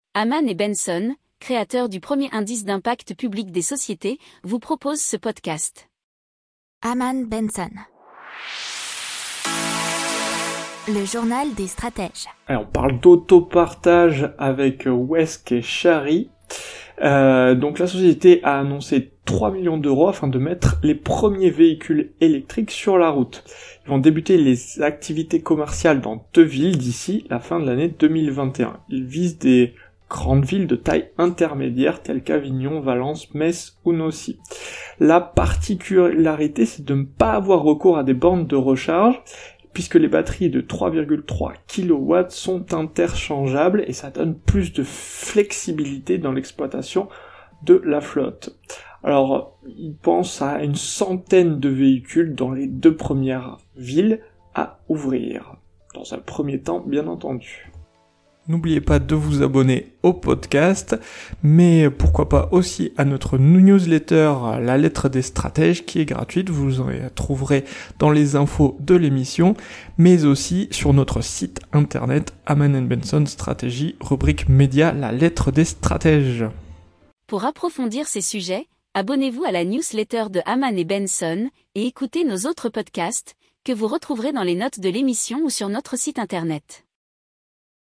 Hamann et Benson, créateurs du premier indice d'impact public des sociétés, vous proposent ce podcast. Hamann Benson. Le journal des stratèges. Alors, on parle d'autopartage avec Wesk et Chari. Donc la société a annoncé 3 millions d'euros afin de mettre les premiers véhicules électriques sur la route. Ils vont débuter les activités commerciales dans 2 villes d'ici la fin de l'année 2021. Ils visent des grandes villes de taille intermédiaire telles qu'Avignon, Valence, Metz ou Nancy. La particularité, c'est de ne pas avoir recours à des bornes de recharge, puisque les batteries de 3,3 kW sont interchangeables et ça donne plus de flexibilité dans l'exploitation de la flotte. Alors, ils pensent à une centaine de véhicules dans les 2 premières villes à ouvrir. Dans un premier temps, bien entendu. N'oubliez pas de vous abonner au podcast, mais pourquoi pas aussi à notre newsletter La Lettre des Stratèges qui est gratuite, vous en trouverez dans les infos de l'émission, mais aussi sur notre site internet Hamann & Benson Stratégie, rubrique média La Lettre des Stratèges. Pour approfondir ces sujets, abonnez-vous à la newsletter de Hamann & Benson et écoutez nos autres podcasts que vous retrouverez dans les notes de l'émission ou sur notre site internet.